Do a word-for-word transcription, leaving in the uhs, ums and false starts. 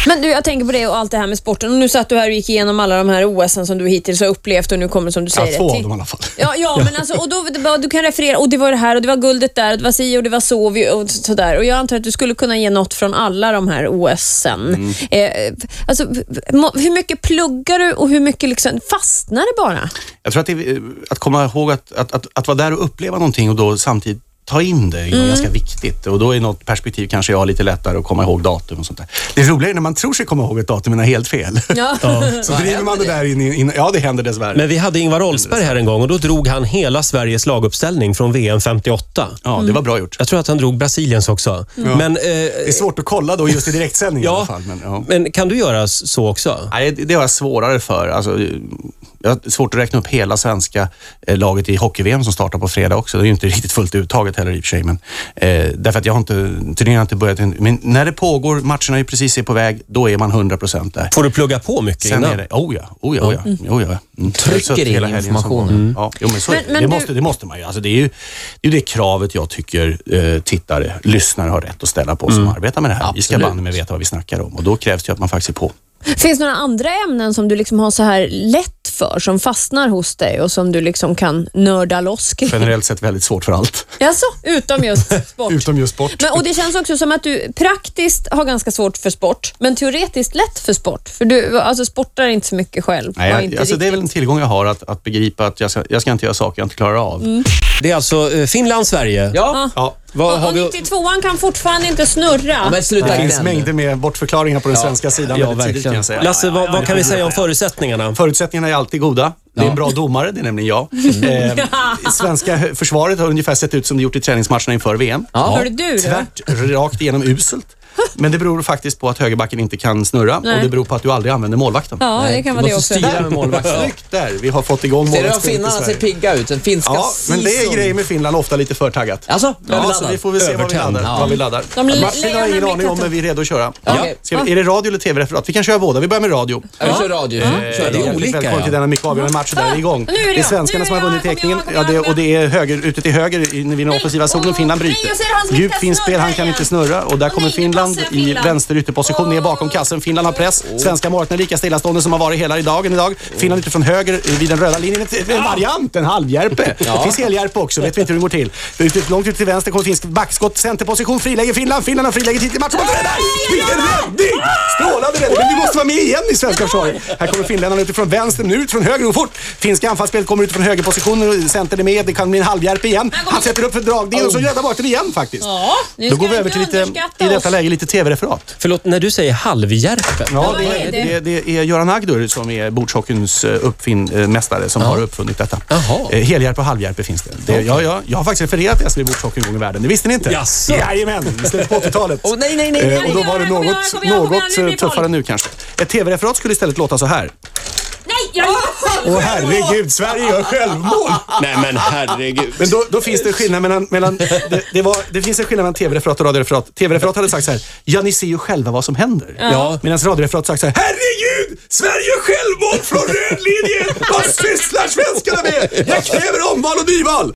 Men du, jag tänker på det och allt det här med sporten. Och nu satt du här och gick igenom alla de här O S:en som du hittills har upplevt och nu kommer som du säger ja, två det av dem i alla fall. Ja, ja men alltså, och då, du kan referera, och det var det här och det var guldet där och det var si och det var så och sådär. Och jag antar att du skulle kunna ge något från alla de här O S:en. Mm. Eh, alltså, hur mycket pluggar du och hur mycket liksom fastnar det bara? Jag tror att, det, att komma ihåg att, att, att, att vara där och uppleva någonting och då samtidigt ta in det är mm. ganska viktigt. Och då är något perspektiv kanske jag har lite lättare att komma ihåg datum och sånt där. Det är roligare när man tror sig komma ihåg ett datum men är helt fel. Ja. Ja. Så driver man det där in, in, ja det händer dessvärre. Men vi hade Ingvar Oldsberg här en gång och då drog han hela Sveriges laguppställning från V M femtioåtta. Ja, det var bra gjort. Jag tror att han drog Brasiliens också. Mm. Men, eh, det är svårt att kolla då just i direktsändning ja, i alla fall. Men, ja. men kan du göra så också? Nej, det har jag svårare för. Alltså, jag har svårt att räkna upp hela svenska laget i hockey-V M som startar på fredag också. Det är ju inte riktigt fullt uttaget heller i och för sig. Men, eh, därför att jag har inte, turneringen har inte börjat. Men när det pågår, matcherna är precis är på väg, då är man hundra procent där. Får du plugga på mycket Sen innan? Är det, oh ja, oh ja, oh ja. Mm. Oh ja. Mm. Trycker in informationen. Mm. Ja, jo, men så men, det. Men Det, du... måste, det måste man ju. Alltså, det är ju det, är det kravet jag tycker eh, tittare, lyssnare har rätt att ställa på som mm. arbetar med det här. Absolut. Vi ska banne med veta vad vi snackar om och då krävs det att man faktiskt är på. Finns det några andra ämnen som du liksom har så här lätt för, som fastnar hos dig och som du liksom kan nörda loss kring? Generellt sett väldigt svårt för allt. Alltså, utom just sport. utom just sport. Men, och det känns också som att du praktiskt har ganska svårt för sport, men teoretiskt lätt för sport. För du alltså, sportar inte så mycket själv. Nej, jag, inte alltså, det är väl en tillgång jag har att, att begripa att jag ska, jag ska inte göra saker jag inte klarar av. Mm. Det är alltså eh, Finland, Sverige. Ja. ja. Vad och, har vi... och nittiotvåan kan fortfarande inte snurra. Ja, men sluta. Det finns mängder med bortförklaringar på den ja. svenska sidan. Ja, verkligen. Kan jag säga. Lasse, vad, vad kan vi säga om förutsättningarna? Förutsättningarna är alltid goda. Det är en bra domare, det är nämligen jag. Eh, svenska försvaret har ungefär sett ut som det gjort i träningsmatcherna inför V M. Ja. Hörde du det? Tvärt, rakt igenom uselt. Men det beror faktiskt på att högerbacken inte kan snurra. Nej. Och det beror på att du aldrig använder målvakten. Ja, det kan vara det också. Styra med målvakten. Snyggt där. Vi har fått igång målvakten. Ser du att finnarna ser pigga ut? Den finska ja, men det är grejer med Finland ofta lite för taggat. Alltså, ja, så vi får väl se vad vi laddar. Ja. Vad vi laddar. Matchen har ingen aning om, men vi är redo att köra. Ja. Okay. Ska vi, är det radio eller tv-referat? Vi kan köra båda. Vi börjar med radio. Ja, vi kör radio. Mm. Mm. Kör det är olika. Välkommen till denna mycket avgörande match där är igång. Nu är det, det är svenskarna som har vunnit teckningen. Ja, det, och det är höger, ute till höger vid den offensiva zonen. Finland bryter. Djupt fint spel, han kan inte snurra. Och där kommer Finland i vänster ytterposition ner bakom kassen. Finland har press. Svenska målvakten är lika stillastående som har varit hela dagen idag. Finland utifrån höger vid den röda linjen. En variant, en halvhjärpe. Ja. Det finns helhjärpe också, vet vi inte hur det går till. Ut, långt ut till vänster kommer finsk backskott. Centerposition, friläge Finland. Finland har friläge till matchen. Vilken räddning! Strålande räddning. Men vi måste vara med igen i svenska försvaret. Här kommer finländarna utifrån vänster, nu ut från höger och fort. Finska anfallsspelet kommer ut från högerpositionen. Center är med, det kan bli en halvhjärpe igen. Han sätter upp för dragningen och så räddar bort den igen faktiskt. Ja, då går vi över till lite, i detta läge lite tv-referat. Förlåt, när du säger halvhjärpe. Ja, det är, det, det är Göran Agdur som är bordshockeyns uppfinnmästare som ja. har uppfunnit detta. Eh, helhjärpe och halvhjärpe finns det. det ja, ja, jag har faktiskt refererat till S V bordshockey en gång i världen. Det visste ni inte? Jaså? Jajamän, i slutet på åttiotalet. Oh, nej, nej, nej, nej. Eh, och då var det något, något tuffare nu kanske. Ett tv-referat skulle istället låta så här. Nej, jag... Åh herregud, Sverige gör självmål. Nej men herregud. Men då, då finns det skillnad mellan, mellan det, det, var, det finns en skillnad mellan tv-referat och radioreferat. Tv-referat hade sagt så här: ja, ni ser ju själva vad som händer. Ja. Medan radioreferat sagt så här: herregud, Sverige gör självmål från röd linje. Vad sysslar svenskarna med? Jag kräver omval och nyval.